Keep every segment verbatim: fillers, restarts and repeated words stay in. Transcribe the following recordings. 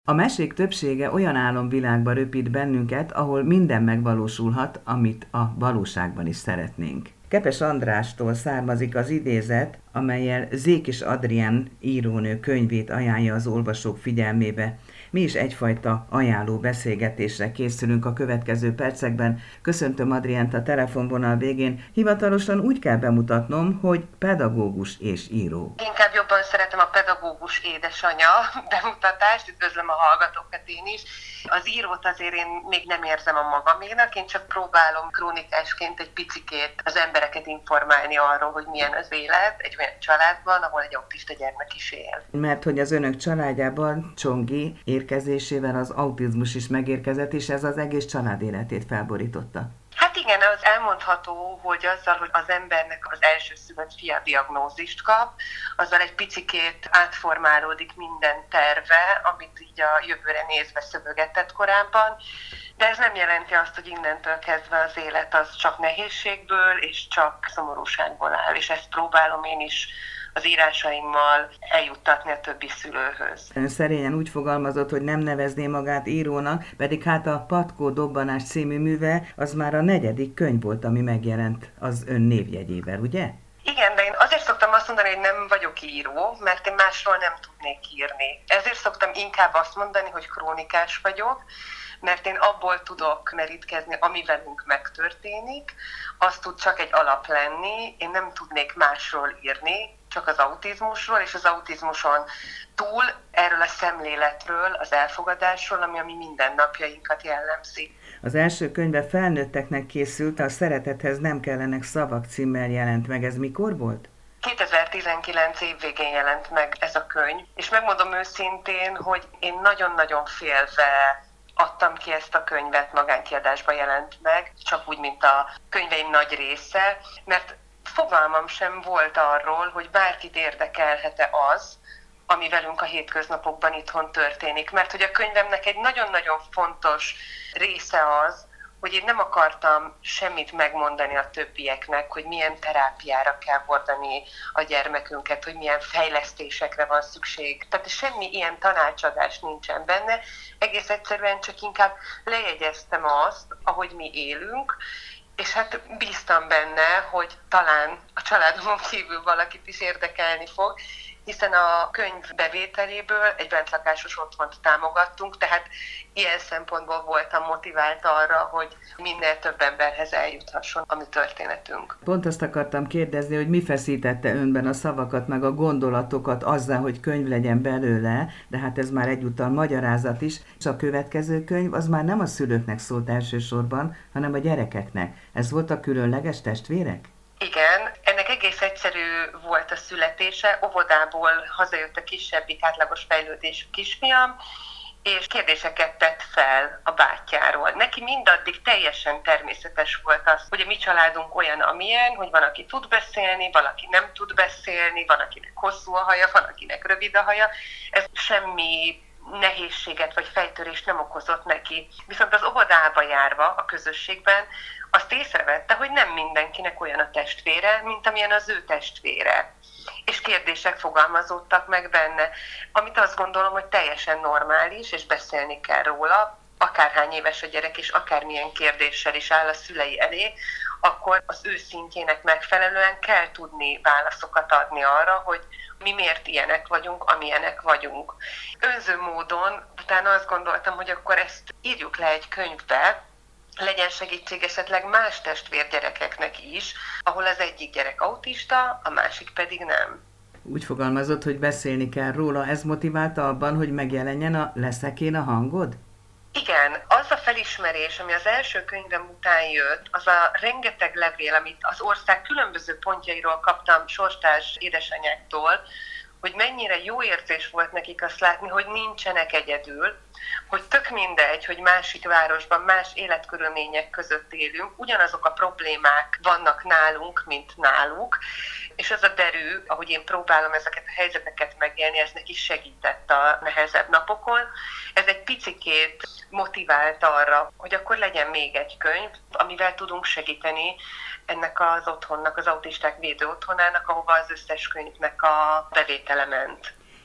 A mesék többsége olyan álomvilágba röpít bennünket, ahol minden megvalósulhat, amit a valóságban is szeretnénk. Kepes Andrástól származik az idézet, amellyel Zékis Adrián írónő könyvét ajánlja az olvasók figyelmébe. Mi is egyfajta ajánló beszélgetésre készülünk a következő percekben. Köszöntöm Adriánt a telefonvonal végén. Hivatalosan úgy kell bemutatnom, hogy pedagógus és író. Inkább jobban szeretem a pedagógus édesanyja bemutatást, üdvözlöm a hallgatókat én is. Az írót azért én még nem érzem a magaménak, én csak próbálom krónikásként egy picikét az embereket informálni arról, hogy milyen az élet egy olyan családban, ahol egy autista gyermek is él. Mert hogy az önök családjában Csongi érkezésével az autizmus is megérkezett, és ez az egész család életét felborította. Hát igen, az elmondható, hogy azzal, hogy az embernek az elsőszülött fia diagnózist kap, azzal egy picikét átformálódik minden terve, amit így a jövőre nézve szövegetett korábban, de ez nem jelenti azt, hogy innentől kezdve az élet az csak nehézségből és csak szomorúságból áll, és ezt próbálom én is az írásaimmal eljuttatni a többi szülőhöz. Ön szerényen úgy fogalmazott, hogy nem nevezné magát írónak, pedig hát a Patkó Dobbanás című műve az már a negyedik könyv volt, ami megjelent az ön névjegyével, ugye? Igen, de én azért szoktam azt mondani, hogy nem vagyok író, mert én másról nem tudnék írni. Ezért szoktam inkább azt mondani, hogy krónikás vagyok, mert én abból tudok merítkezni, ami velünk megtörténik, az tud csak egy alap lenni, én nem tudnék másról írni, csak az autizmusról, és az autizmuson túl erről a szemléletről, az elfogadásról, ami a mi mindennapjainkat jellemzi. Az első könyve felnőtteknek készült, a Szeretethez nem kellenek szavak címmel jelent meg. Ez mikor volt? kétezer-tizenkilenc év végén jelent meg ez a könyv, és megmondom őszintén, hogy én nagyon-nagyon félve adtam ki ezt a könyvet, magánkiadásba jelent meg, csak úgy, mint a könyveim nagy része, mert fogalmam sem volt arról, hogy bárkit érdekelhet-e az, ami velünk a hétköznapokban itthon történik. Mert hogy a könyvemnek egy nagyon-nagyon fontos része az, hogy én nem akartam semmit megmondani a többieknek, hogy milyen terápiára kell hordani a gyermekünket, hogy milyen fejlesztésekre van szükség. Tehát semmi ilyen tanácsadás nincsen benne, egész egyszerűen csak inkább lejegyeztem azt, ahogy mi élünk, és hát bíztam benne, hogy talán a családomon kívül valakit is érdekelni fog, hiszen a könyv bevételéből egy bentlakásos otthont támogattunk, tehát ilyen szempontból voltam motivált arra, hogy minél több emberhez eljuthasson a mi történetünk. Pont azt akartam kérdezni, hogy mi feszítette önben a szavakat, meg a gondolatokat azzal, hogy könyv legyen belőle, de hát ez már egyúttal magyarázat is, és a következő könyv az már nem a szülőknek szólt elsősorban, hanem a gyerekeknek. Ez volt a különleges testvérek? Igen, ennek egész egyszerű volt a születése, óvodából hazajött a kisebbik átlagos fejlődésű kisfiam, és kérdéseket tett fel a bátyjáról. Neki mindaddig teljesen természetes volt az, hogy a mi családunk olyan, amilyen, hogy van, aki tud beszélni, valaki nem tud beszélni, van, akinek hosszú a haja, van, akinek rövid a haja. Ez semmi nehézséget vagy fejtörést nem okozott neki. Viszont az óvodába járva, a közösségben, azt észrevette, hogy nem mindenkinek olyan a testvére, mint amilyen az ő testvére. És kérdések fogalmazódtak meg benne, amit azt gondolom, hogy teljesen normális, és beszélni kell róla, akárhány éves a gyerek, és akármilyen kérdéssel is áll a szülei elé, akkor az ő szintjének megfelelően kell tudni válaszokat adni arra, hogy mi miért ilyenek vagyunk, amilyenek vagyunk. Önző módon utána azt gondoltam, hogy akkor ezt írjuk le egy könyvbe, legyen segítség esetleg más testvérgyerekeknek is, ahol az egyik gyerek autista, a másik pedig nem. Úgy fogalmazott, hogy beszélni kell róla, ez motiválta abban, hogy megjelenjen a Leszek én a hangod? Igen, az a felismerés, ami az első könyvem után jött, az a rengeteg levél, amit az ország különböző pontjairól kaptam sorstárs édesanyáktól, hogy mennyire jó érzés volt nekik azt látni, hogy nincsenek egyedül, hogy tök mindegy, hogy másik városban, más életkörülmények között élünk, ugyanazok a problémák vannak nálunk, mint náluk, és az a derű, ahogy én próbálom ezeket a helyzeteket megélni, ez neki segített a nehezebb napokon. Ez egy picikét motivált arra, hogy akkor legyen még egy könyv, amivel tudunk segíteni ennek az otthonnak, az autisták védő otthonának, ahova az összes könyvnek a bevétele ment.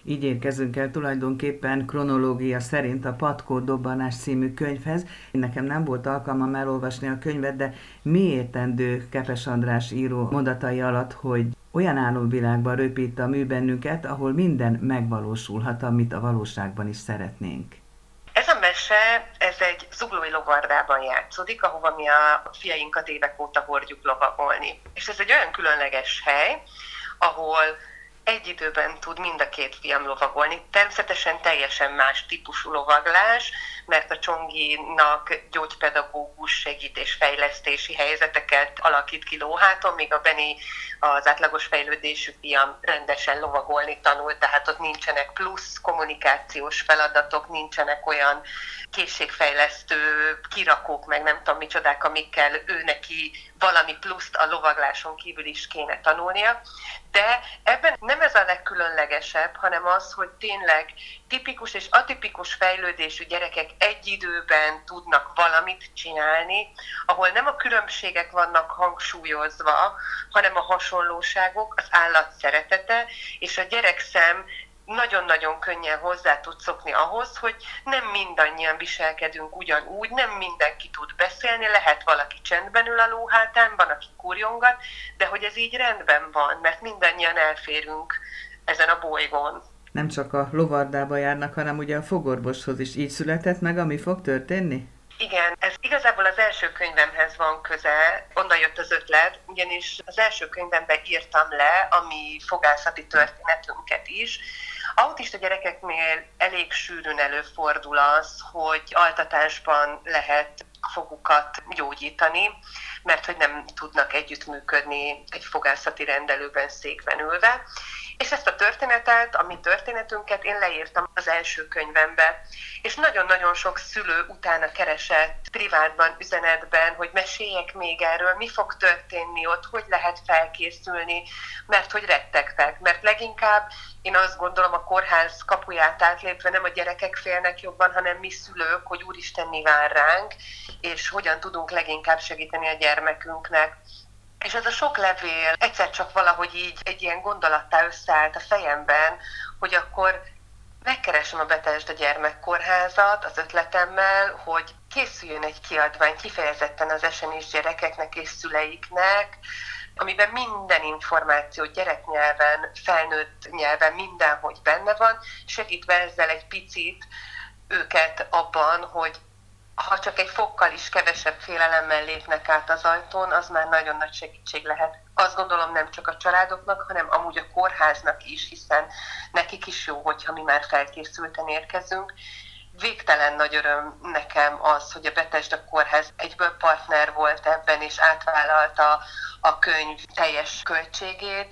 Így érkezünk el tulajdonképpen kronológia szerint a Patkó Dobbanás című könyvhez. Nekem nem volt alkalmam elolvasni a könyvet, de mi értendő Kepes András író mondatai alatt, hogy olyan álomvilágban röpít a mű bennünket, ahol minden megvalósulhat, amit a valóságban is szeretnénk. Ez a mese, ez egy zuglói lovardában játszódik, ahova mi a fiainkat évek óta hordjuk lovagolni. És ez egy olyan különleges hely, ahol egy időben tud mind a két fiam lovagolni. Természetesen teljesen más típusú lovaglás, mert a Csonginak gyógypedagógus segítésfejlesztési helyzeteket alakít ki lóháton, míg a Beni, az átlagos fejlődésű fiam rendesen lovagolni tanul, tehát ott nincsenek plusz kommunikációs feladatok, nincsenek olyan készségfejlesztő kirakók, meg nem tudom micsodák, amikkel ő neki valami pluszt a lovagláson kívül is kéne tanulnia. De ebben nem ez a legkülönlegesebb, hanem az, hogy tényleg tipikus és atipikus fejlődésű gyerekek egy időben tudnak valamit csinálni, ahol nem a különbségek vannak hangsúlyozva, hanem a hasonlóságok, az állat szeretete, és a gyerekszem nagyon-nagyon könnyen hozzá tud szokni ahhoz, hogy nem mindannyian viselkedünk ugyanúgy, nem mindenki tud beszélni, lehet valaki csendben ül a lóhátán, van, aki kurjongat, de hogy ez így rendben van, mert mindannyian elférünk ezen a bolygón. Nem csak a lovardába járnak, hanem ugye a fogorvoshoz is. Így született meg, ami fog történni? Igen, ez igazából az első könyvemhez van köze, onnan jött az ötlet, ugyanis az első könyvemben írtam le a mi fogászati történetünket is. Autista gyerekeknél elég sűrűn előfordul az, hogy altatásban lehet a fogukat gyógyítani, mert hogy nem tudnak együttműködni egy fogászati rendelőben székben ülve. És ezt a történetet, a mi történetünket én leírtam az első könyvembe. És nagyon-nagyon sok szülő utána keresett privátban, üzenetben, hogy meséljek még erről, mi fog történni ott, hogy lehet felkészülni, mert hogy rettegtek. Mert leginkább én azt gondolom, a kórház kapuját átlépve nem a gyerekek félnek jobban, hanem mi szülők, hogy úristen, mi vár ránk, és hogyan tudunk leginkább segíteni a gyermekünknek. És ez a sok levél egyszer csak valahogy így egy ilyen gondolattá összeállt a fejemben, hogy akkor megkeresem a Betesda Gyermekkórházat az ötletemmel, hogy készüljön egy kiadvány kifejezetten az esenis gyerekeknek és szüleiknek, amiben minden információ gyereknyelven, felnőtt nyelven mindenhogy benne van, segítve ezzel egy picit őket abban, hogy ha csak egy fokkal is kevesebb félelemmel lépnek át az ajtón, az már nagyon nagy segítség lehet. Azt gondolom nem csak a családoknak, hanem amúgy a kórháznak is, hiszen nekik is jó, hogyha mi már felkészülten érkezünk. Végtelen nagy öröm nekem az, hogy a Betesda Kórház egyből partner volt ebben, és átvállalta a könyv teljes költségét,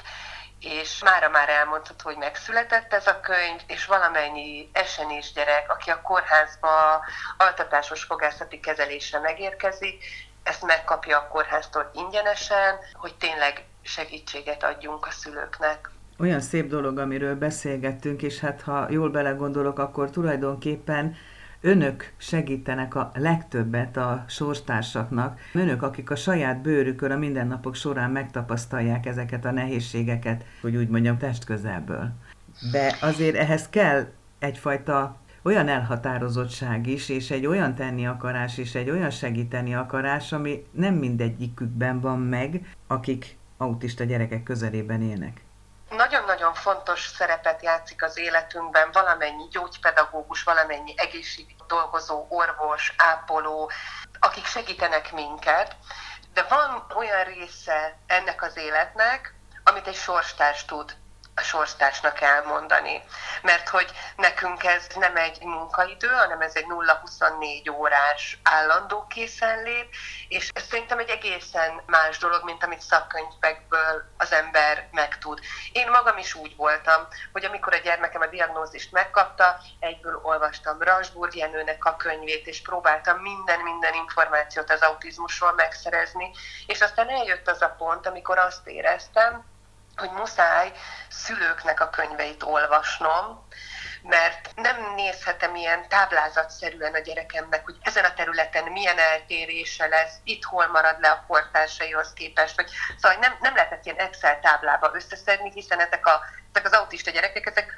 és mára már elmondható, hogy megszületett ez a könyv, és valamennyi esenis gyerek, aki a kórházba altatásos fogászati kezelésre megérkezik, ezt megkapja a kórháztól ingyenesen, hogy tényleg segítséget adjunk a szülőknek. Olyan szép dolog, amiről beszélgettünk, és hát ha jól belegondolok, akkor tulajdonképpen önök segítenek a legtöbbet a sorstársaknak. Önök, akik a saját bőrükön a mindennapok során megtapasztalják ezeket a nehézségeket, hogy úgy mondjam, testközelből. De azért ehhez kell egyfajta olyan elhatározottság is, és egy olyan tenni akarás, és egy olyan segíteni akarás, ami nem mindegyikükben van meg, akik autista gyerekek közelében élnek. Nagyon-nagyon fontos szerepet játszik az életünkben valamennyi gyógypedagógus, valamennyi egészségügyi dolgozó, orvos, ápoló, akik segítenek minket, de van olyan része ennek az életnek, amit egy sorstárs tud a sorstársnak elmondani. Mert hogy nekünk ez nem egy munkaidő, hanem ez egy nulla huszonnégy órás állandó készenlét, és ez szerintem egy egészen más dolog, mint amit szakkönyvekből az ember megtud. Én magam is úgy voltam, hogy amikor a gyermekem a diagnózist megkapta, egyből olvastam Rasburg Jenőnek a könyvét, és próbáltam minden-minden információt az autizmusról megszerezni, és aztán eljött az a pont, amikor azt éreztem, hogy muszáj szülőknek a könyveit olvasnom, mert nem nézhetem ilyen táblázatszerűen a gyerekemnek, hogy ezen a területen milyen eltérése lesz, itt hol marad le a kortársaihoz képest, vagy szóval nem, nem lehetett ilyen Excel táblába összeszedni, hiszen ezek, a, ezek az autista gyerekek, ezek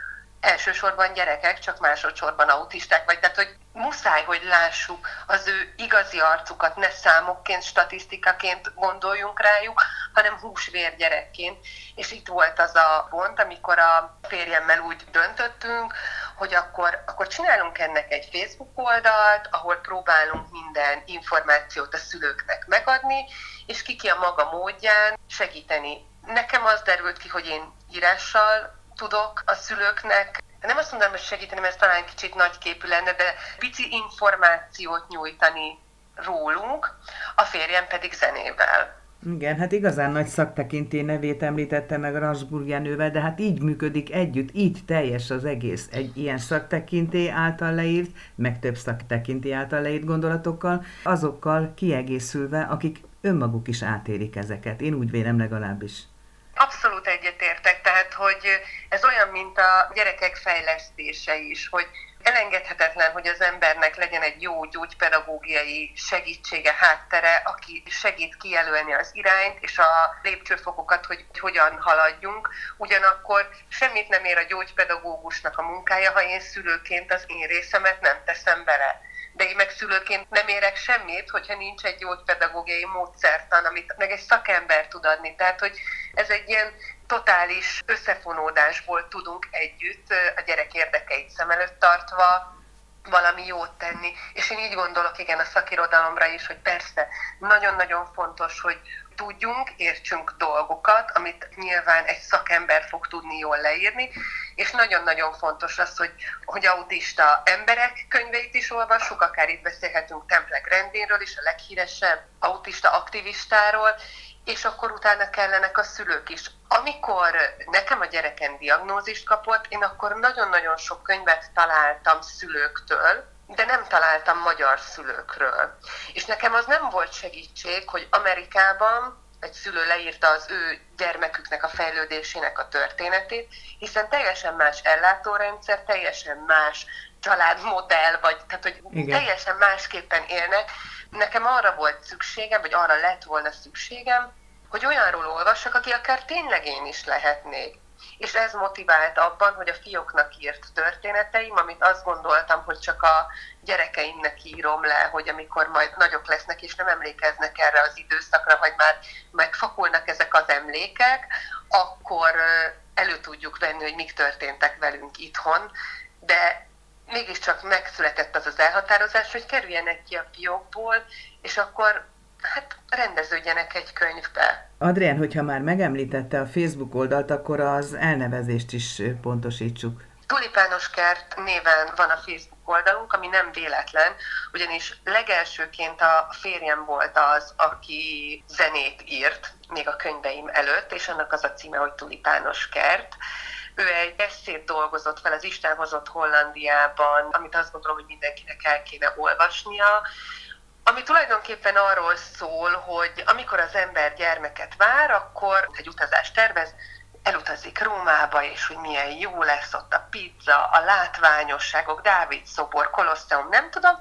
elsősorban gyerekek, csak másodszorban autisták, vagy tehát, hogy muszáj, hogy lássuk az ő igazi arcukat, ne számokként, statisztikaként gondoljunk rájuk, hanem húsvér gyerekként. És itt volt az a pont, amikor a férjemmel úgy döntöttünk, hogy akkor, akkor csinálunk ennek egy Facebook oldalt, ahol próbálunk minden információt a szülőknek megadni, és ki ki a maga módján segíteni. Nekem az derült ki, hogy én írással tudok a szülőknek, nem azt mondom, hogy segíteni, mert ez talán kicsit nagyképű lenne, de pici információt nyújtani rólunk, a férjem pedig zenével. Igen, hát igazán nagy szaktekintély nevét említette meg Rasburg Jenővel, de hát így működik együtt, így teljes az egész. Egy ilyen szaktekintély által leírt, meg több szaktekintély által leírt gondolatokkal, azokkal kiegészülve, akik önmaguk is átérik ezeket. Én úgy vélem legalábbis. Abszolút egyetértek, tehát hogy ez olyan, mint a gyerekek fejlesztése is, hogy elengedhetetlen, hogy az embernek legyen egy jó gyógypedagógiai segítsége, háttere, aki segít kijelölni az irányt és a lépcsőfokokat, hogy hogyan haladjunk. Ugyanakkor semmit nem ér a gyógypedagógusnak a munkája, ha én szülőként az én részemet nem teszem bele. De én meg szülőként nem érek semmit, hogyha nincs egy gyógypedagógiai módszertan, amit meg egy szakember tud adni. Tehát, hogy ez egy ilyen totális összefonódásból tudunk együtt a gyerek érdekeit szem előtt tartva valami jót tenni. És én így gondolok, igen, a szakirodalomra is, hogy persze nagyon-nagyon fontos, hogy tudjunk, értsünk dolgokat, amit nyilván egy szakember fog tudni jól leírni, és nagyon-nagyon fontos az, hogy, hogy autista emberek könyveit is olvassuk, akár itt beszélhetünk Temple Grandinről is, a leghíresebb autista aktivistáról, és akkor utána kellenek a szülők is. Amikor nekem a gyerekem diagnózist kapott, én akkor nagyon-nagyon sok könyvet találtam szülőktől, de nem találtam magyar szülőkről. És nekem az nem volt segítség, hogy Amerikában egy szülő leírta az ő gyermeküknek a fejlődésének a történetét, hiszen teljesen más ellátórendszer, teljesen más családmodell, vagy tehát, hogy igen, teljesen másképpen élnek. Nekem arra volt szükségem, vagy arra lett volna szükségem, hogy olyanról olvassak, aki akár tényleg én is lehetnék. És ez motivált abban, hogy a fióknak írt történeteim, amit azt gondoltam, hogy csak a gyerekeimnek írom le, hogy amikor majd nagyok lesznek, és nem emlékeznek erre az időszakra, vagy már megfakulnak ezek az emlékek, akkor elő tudjuk venni, hogy mik történtek velünk itthon, de mégiscsak megszületett az az elhatározás, hogy kerüljenek ki a fiókból, és akkor hát rendeződjenek egy könyvbe. Adrián, hogyha már megemlítette a Facebook oldalt, akkor az elnevezést is pontosítsuk. Tulipános kert néven van a Facebook oldalunk, ami nem véletlen, ugyanis legelsőként a férjem volt az, aki zenét írt, még a könyveim előtt, és annak az a címe, hogy Tulipános kert. Ő egy esszét dolgozott fel, az Isten hozott Hollandiában, amit azt gondolom, hogy mindenkinek el kéne olvasnia, ami tulajdonképpen arról szól, hogy amikor az ember gyermeket vár, akkor egy utazást tervez, elutazik Rómába, és hogy milyen jó lesz ott a pizza, a látványosságok, Dávid szobor, Kolosseum, nem tudom,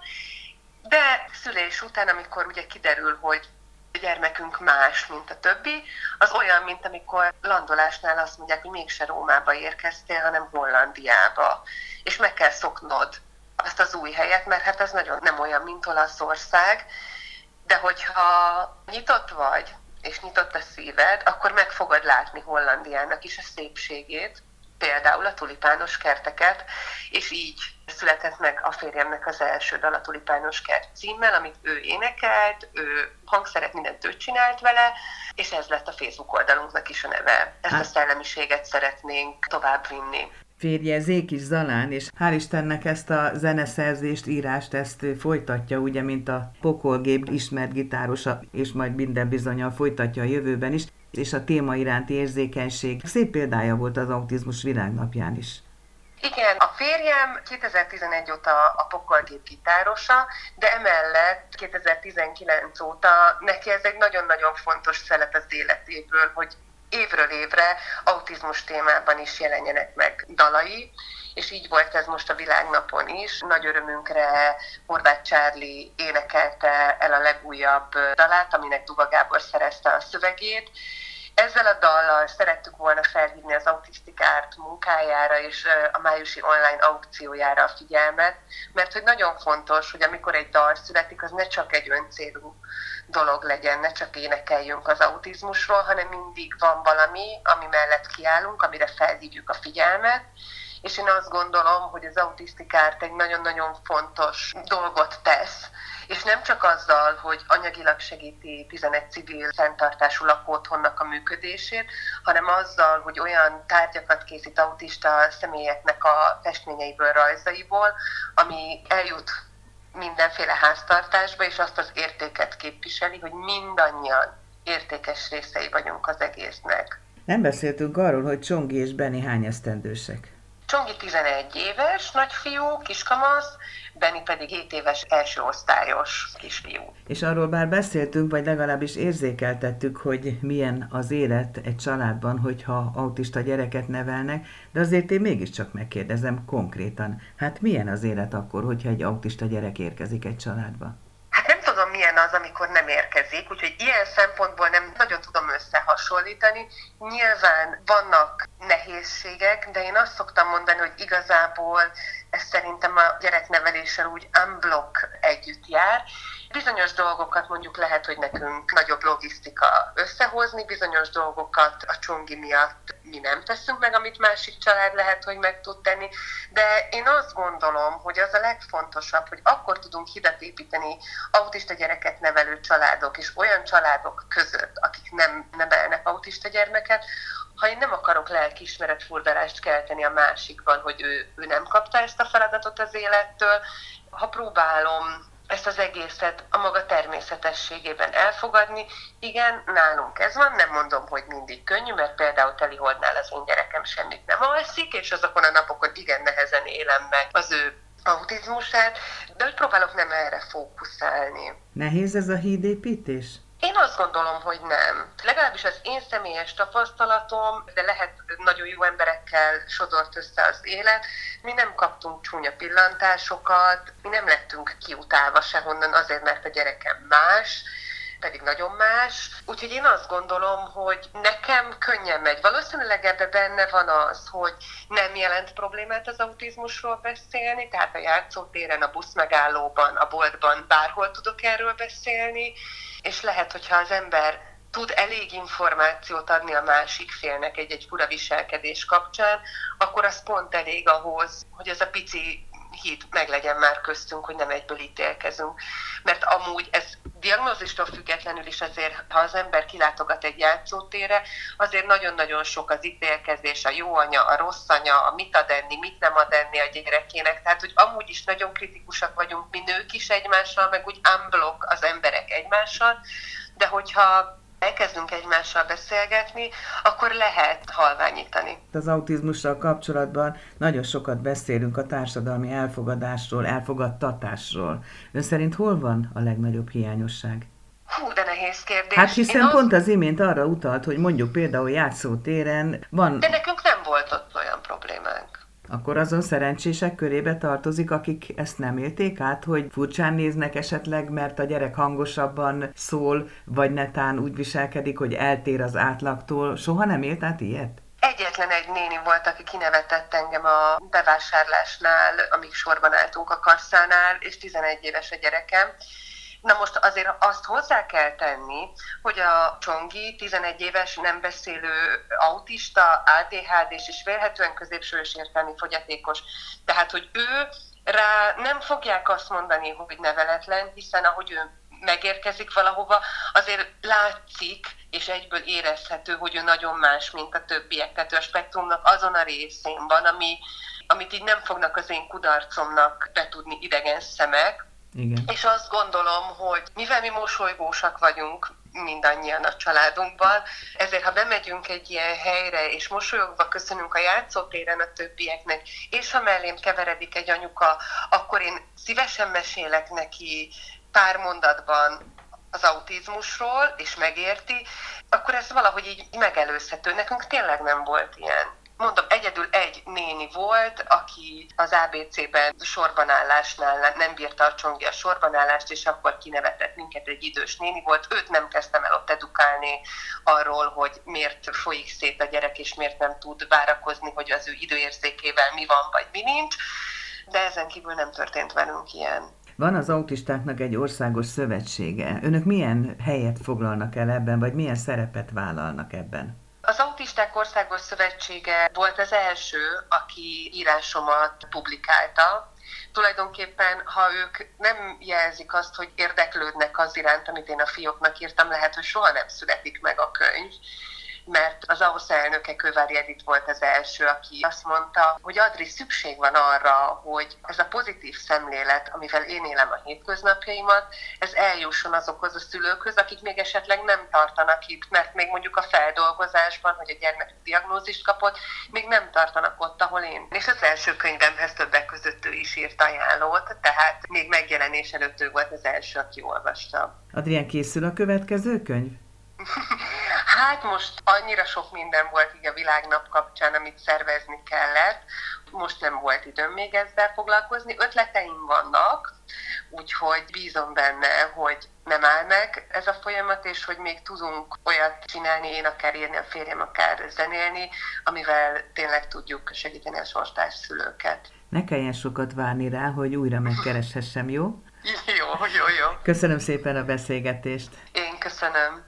de szülés után, amikor ugye kiderül, hogy a gyermekünk más, mint a többi, az olyan, mint amikor landolásnál azt mondják, hogy mégse Rómába érkeztél, hanem Hollandiába, és meg kell szoknod azt az új helyet, mert hát ez nagyon nem olyan, mint Olaszország, de hogyha nyitott vagy, és nyitott a szíved, akkor meg fogod látni Hollandiának is a szépségét, például a tulipános kerteket, és így született meg a férjemnek az első dal, a Tulipános kert címmel, amit ő énekelt, ő hangszeret, mindent ő csinált vele, és ez lett a Facebook oldalunknak is a neve. Ezt a szellemiséget szeretnénk továbbvinni. Férje Zékis Zalán, és hál' Istennek ezt a zeneszerzést, írást, ezt folytatja, ugye, mint a Pokolgép ismert gitárosa, és majd minden bizonnyal folytatja a jövőben is, és a téma iránti érzékenység szép példája volt az autizmus világnapján is. Igen, a férjem kétezer-tizenegy óta a Pokolgép gitárosa, de emellett kétezer-tizenkilenc óta neki ez egy nagyon-nagyon fontos szelet az életéből, hogy évről évre autizmus témában is jelenjenek meg dalai, és így volt ez most a világnapon is. Nagy örömünkre Horváth Csárli énekelte el a legújabb dalát, aminek Duga Gábor szerezte a szövegét, Ezzel a dallal szerettük volna felhívni az Autistic Art munkájára és a májusi online aukciójára a figyelmet, mert hogy nagyon fontos, hogy amikor egy dal születik, az ne csak egy öncélú dolog legyen, ne csak énekeljünk az autizmusról, hanem mindig van valami, ami mellett kiállunk, amire felhívjuk a figyelmet, és én azt gondolom, hogy az Autistic Art egy nagyon-nagyon fontos dolgot tesz, és nem csak azzal, hogy anyagilag segíti tizenegy civil fenntartású lakóotthonnak a működését, hanem azzal, hogy olyan tárgyakat készít autista személyeknek a festményeiből, rajzaiból, ami eljut mindenféle háztartásba, és azt az értéket képviseli, hogy mindannyian értékes részei vagyunk az egésznek. Nem beszéltünk arról, hogy Csongi és Benni hány esztendősek? Csongi tizenegy éves nagyfiú, kiskamasz, Benni pedig hét éves első osztályos kisfiú. És arról bár beszéltünk, vagy legalábbis érzékeltettük, hogy milyen az élet egy családban, hogyha autista gyereket nevelnek, de azért én mégiscsak megkérdezem konkrétan, hát milyen az élet akkor, hogyha egy autista gyerek érkezik egy családba? Hát nem tudom, milyen az, amikor nem érkezik, úgyhogy ilyen szempontból nem nagyon tudom összehasonlítani. Nyilván vannak nehézségek, de én azt szoktam mondani, hogy igazából ez szerintem a gyerekneveléssel úgy unblock együtt jár. Bizonyos dolgokat mondjuk lehet, hogy nekünk nagyobb logisztika összehozni, bizonyos dolgokat a Csongi miatt mi nem teszünk meg, amit másik család lehet, hogy meg tud tenni, de én azt gondolom, hogy az a legfontosabb, hogy akkor tudunk hidat építeni autista gyereket nevelő családok és olyan családok között, akik nem nevelnek autista gyermeket, ha én nem akarok lelkiismeretfurdalást kelteni a másikban, hogy ő, ő nem kapta ezt a feladatot az élettől, ha próbálom ezt az egészet a maga természetességében elfogadni. Igen, nálunk ez van, nem mondom, hogy mindig könnyű, mert például Teliholdnál az én gyerekem semmit nem alszik, és azokon a napokon igen nehezen élem meg az ő autizmusát, de hogy próbálok nem erre fókuszálni. Nehéz ez a hídépítés? Én azt gondolom, hogy nem. Legalábbis az én személyes tapasztalatom, de lehet nagyon jó emberekkel sodort össze az élet. Mi nem kaptunk csúnya pillantásokat, mi nem lettünk kiutálva sehonnan azért, mert a gyerekem más, pedig nagyon más. Úgyhogy én azt gondolom, hogy nekem könnyen megy. Valószínűleg ebben benne van az, hogy nem jelent problémát az autizmusról beszélni, tehát a játszótéren, a buszmegállóban, a boltban bárhol tudok erről beszélni, és lehet, hogyha az ember tud elég információt adni a másik félnek egy-egy fura viselkedés kapcsán, akkor az pont elég ahhoz, hogy ez a pici híd meglegyen már köztünk, hogy nem egyből ítélkezünk. Mert amúgy ez diagnózistól függetlenül is azért, ha az ember kilátogat egy játszótérre, azért nagyon-nagyon sok az ítélkezés, a jó anya, a rossz anya, a mit ad enni, mit nem ad enni a gyerekének. Tehát, hogy amúgy is nagyon kritikusak vagyunk mi nők is egymással, meg úgy unblock az emberek egymással, de hogyha elkezdünk egymással beszélgetni, akkor lehet halványítani. Az autizmussal kapcsolatban nagyon sokat beszélünk a társadalmi elfogadásról, elfogadtatásról. Ön szerint hol van a legnagyobb hiányosság? Hú, de nehéz kérdés. Hát hiszen Én pont az... az imént arra utalt, hogy mondjuk például játszótéren van... De nekünk nem volt ott olyan problémánk. Akkor azon szerencsések körébe tartozik, akik ezt nem élték át, hogy furcsán néznek esetleg, mert a gyerek hangosabban szól, vagy netán úgy viselkedik, hogy eltér az átlagtól. Soha nem élt át ilyet? Egyetlen egy néni volt, aki kinevetett engem a bevásárlásnál, amíg sorban álltunk a kasszánál, és tizenegy éves a gyerekem. Na most azért azt hozzá kell tenni, hogy a Csongi tizenegy éves nem beszélő autista, á dé há dés és vélhetően középsős értelmi fogyatékos. Tehát, hogy ő rá nem fogják azt mondani, hogy neveletlen, hiszen ahogy ő megérkezik valahova, azért látszik, és egyből érezhető, hogy ő nagyon más, mint a többiek. Tehát ő a spektrumnak azon a részén van, ami, amit így nem fognak az én kudarcomnak betudni idegen szemek. Igen. És azt gondolom, hogy mivel mi mosolygósak vagyunk mindannyian a családunkban, ezért ha bemegyünk egy ilyen helyre, és mosolyogva köszönünk a játszótéren a többieknek, és ha mellém keveredik egy anyuka, akkor én szívesen mesélek neki pár mondatban az autizmusról, és megérti, akkor ez valahogy így megelőzhető. Nekünk tényleg nem volt ilyen. Mondom, egyedül egy néni volt, aki az á bé cé-ben sorbanállásnál nem bírta a csongi a sorbanállást, és akkor kinevetett minket, egy idős néni volt. Őt nem kezdtem el ott edukálni arról, hogy miért folyik szét a gyerek, és miért nem tud várakozni, hogy az ő időérzékével mi van, vagy mi nincs. De ezen kívül nem történt velünk ilyen. Van az autistáknak egy országos szövetsége. Önök milyen helyet foglalnak el ebben, vagy milyen szerepet vállalnak ebben? Az Autisták Országos Szövetsége volt az első, aki írásomat publikálta. Tulajdonképpen, ha ők nem jelzik azt, hogy érdeklődnek az iránt, amit én a fióknak írtam, lehet, hogy soha nem születik meg a könyv. Mert az á o esz zé elnöke, Kővári Edit volt az első, aki azt mondta, hogy Adri, szükség van arra, hogy ez a pozitív szemlélet, amivel én élem a hétköznapjaimat, ez eljusson azokhoz a szülőkhöz, akik még esetleg nem tartanak itt, mert még mondjuk a feldolgozásban, hogy a gyermekük diagnózist kapott, még nem tartanak ott, ahol én. És az első könyvemhez többek között ő is írt ajánlót, tehát még megjelenés előtt ő volt az első, aki olvasta. Adrián, készül a következő könyv? Hát most annyira sok minden volt így a világnap kapcsán, amit szervezni kellett. Most nem volt időm még ezzel foglalkozni. Ötleteim vannak, úgyhogy bízom benne, hogy nem áll meg ez a folyamat, és hogy még tudunk olyat csinálni, én akár írni, a férjem akár zenélni, amivel tényleg tudjuk segíteni a sorstárs szülőket. Ne kelljen sokat várni rá, hogy újra megkereshessem, jó? Jó, jó, jó. Köszönöm szépen a beszélgetést. Én köszönöm.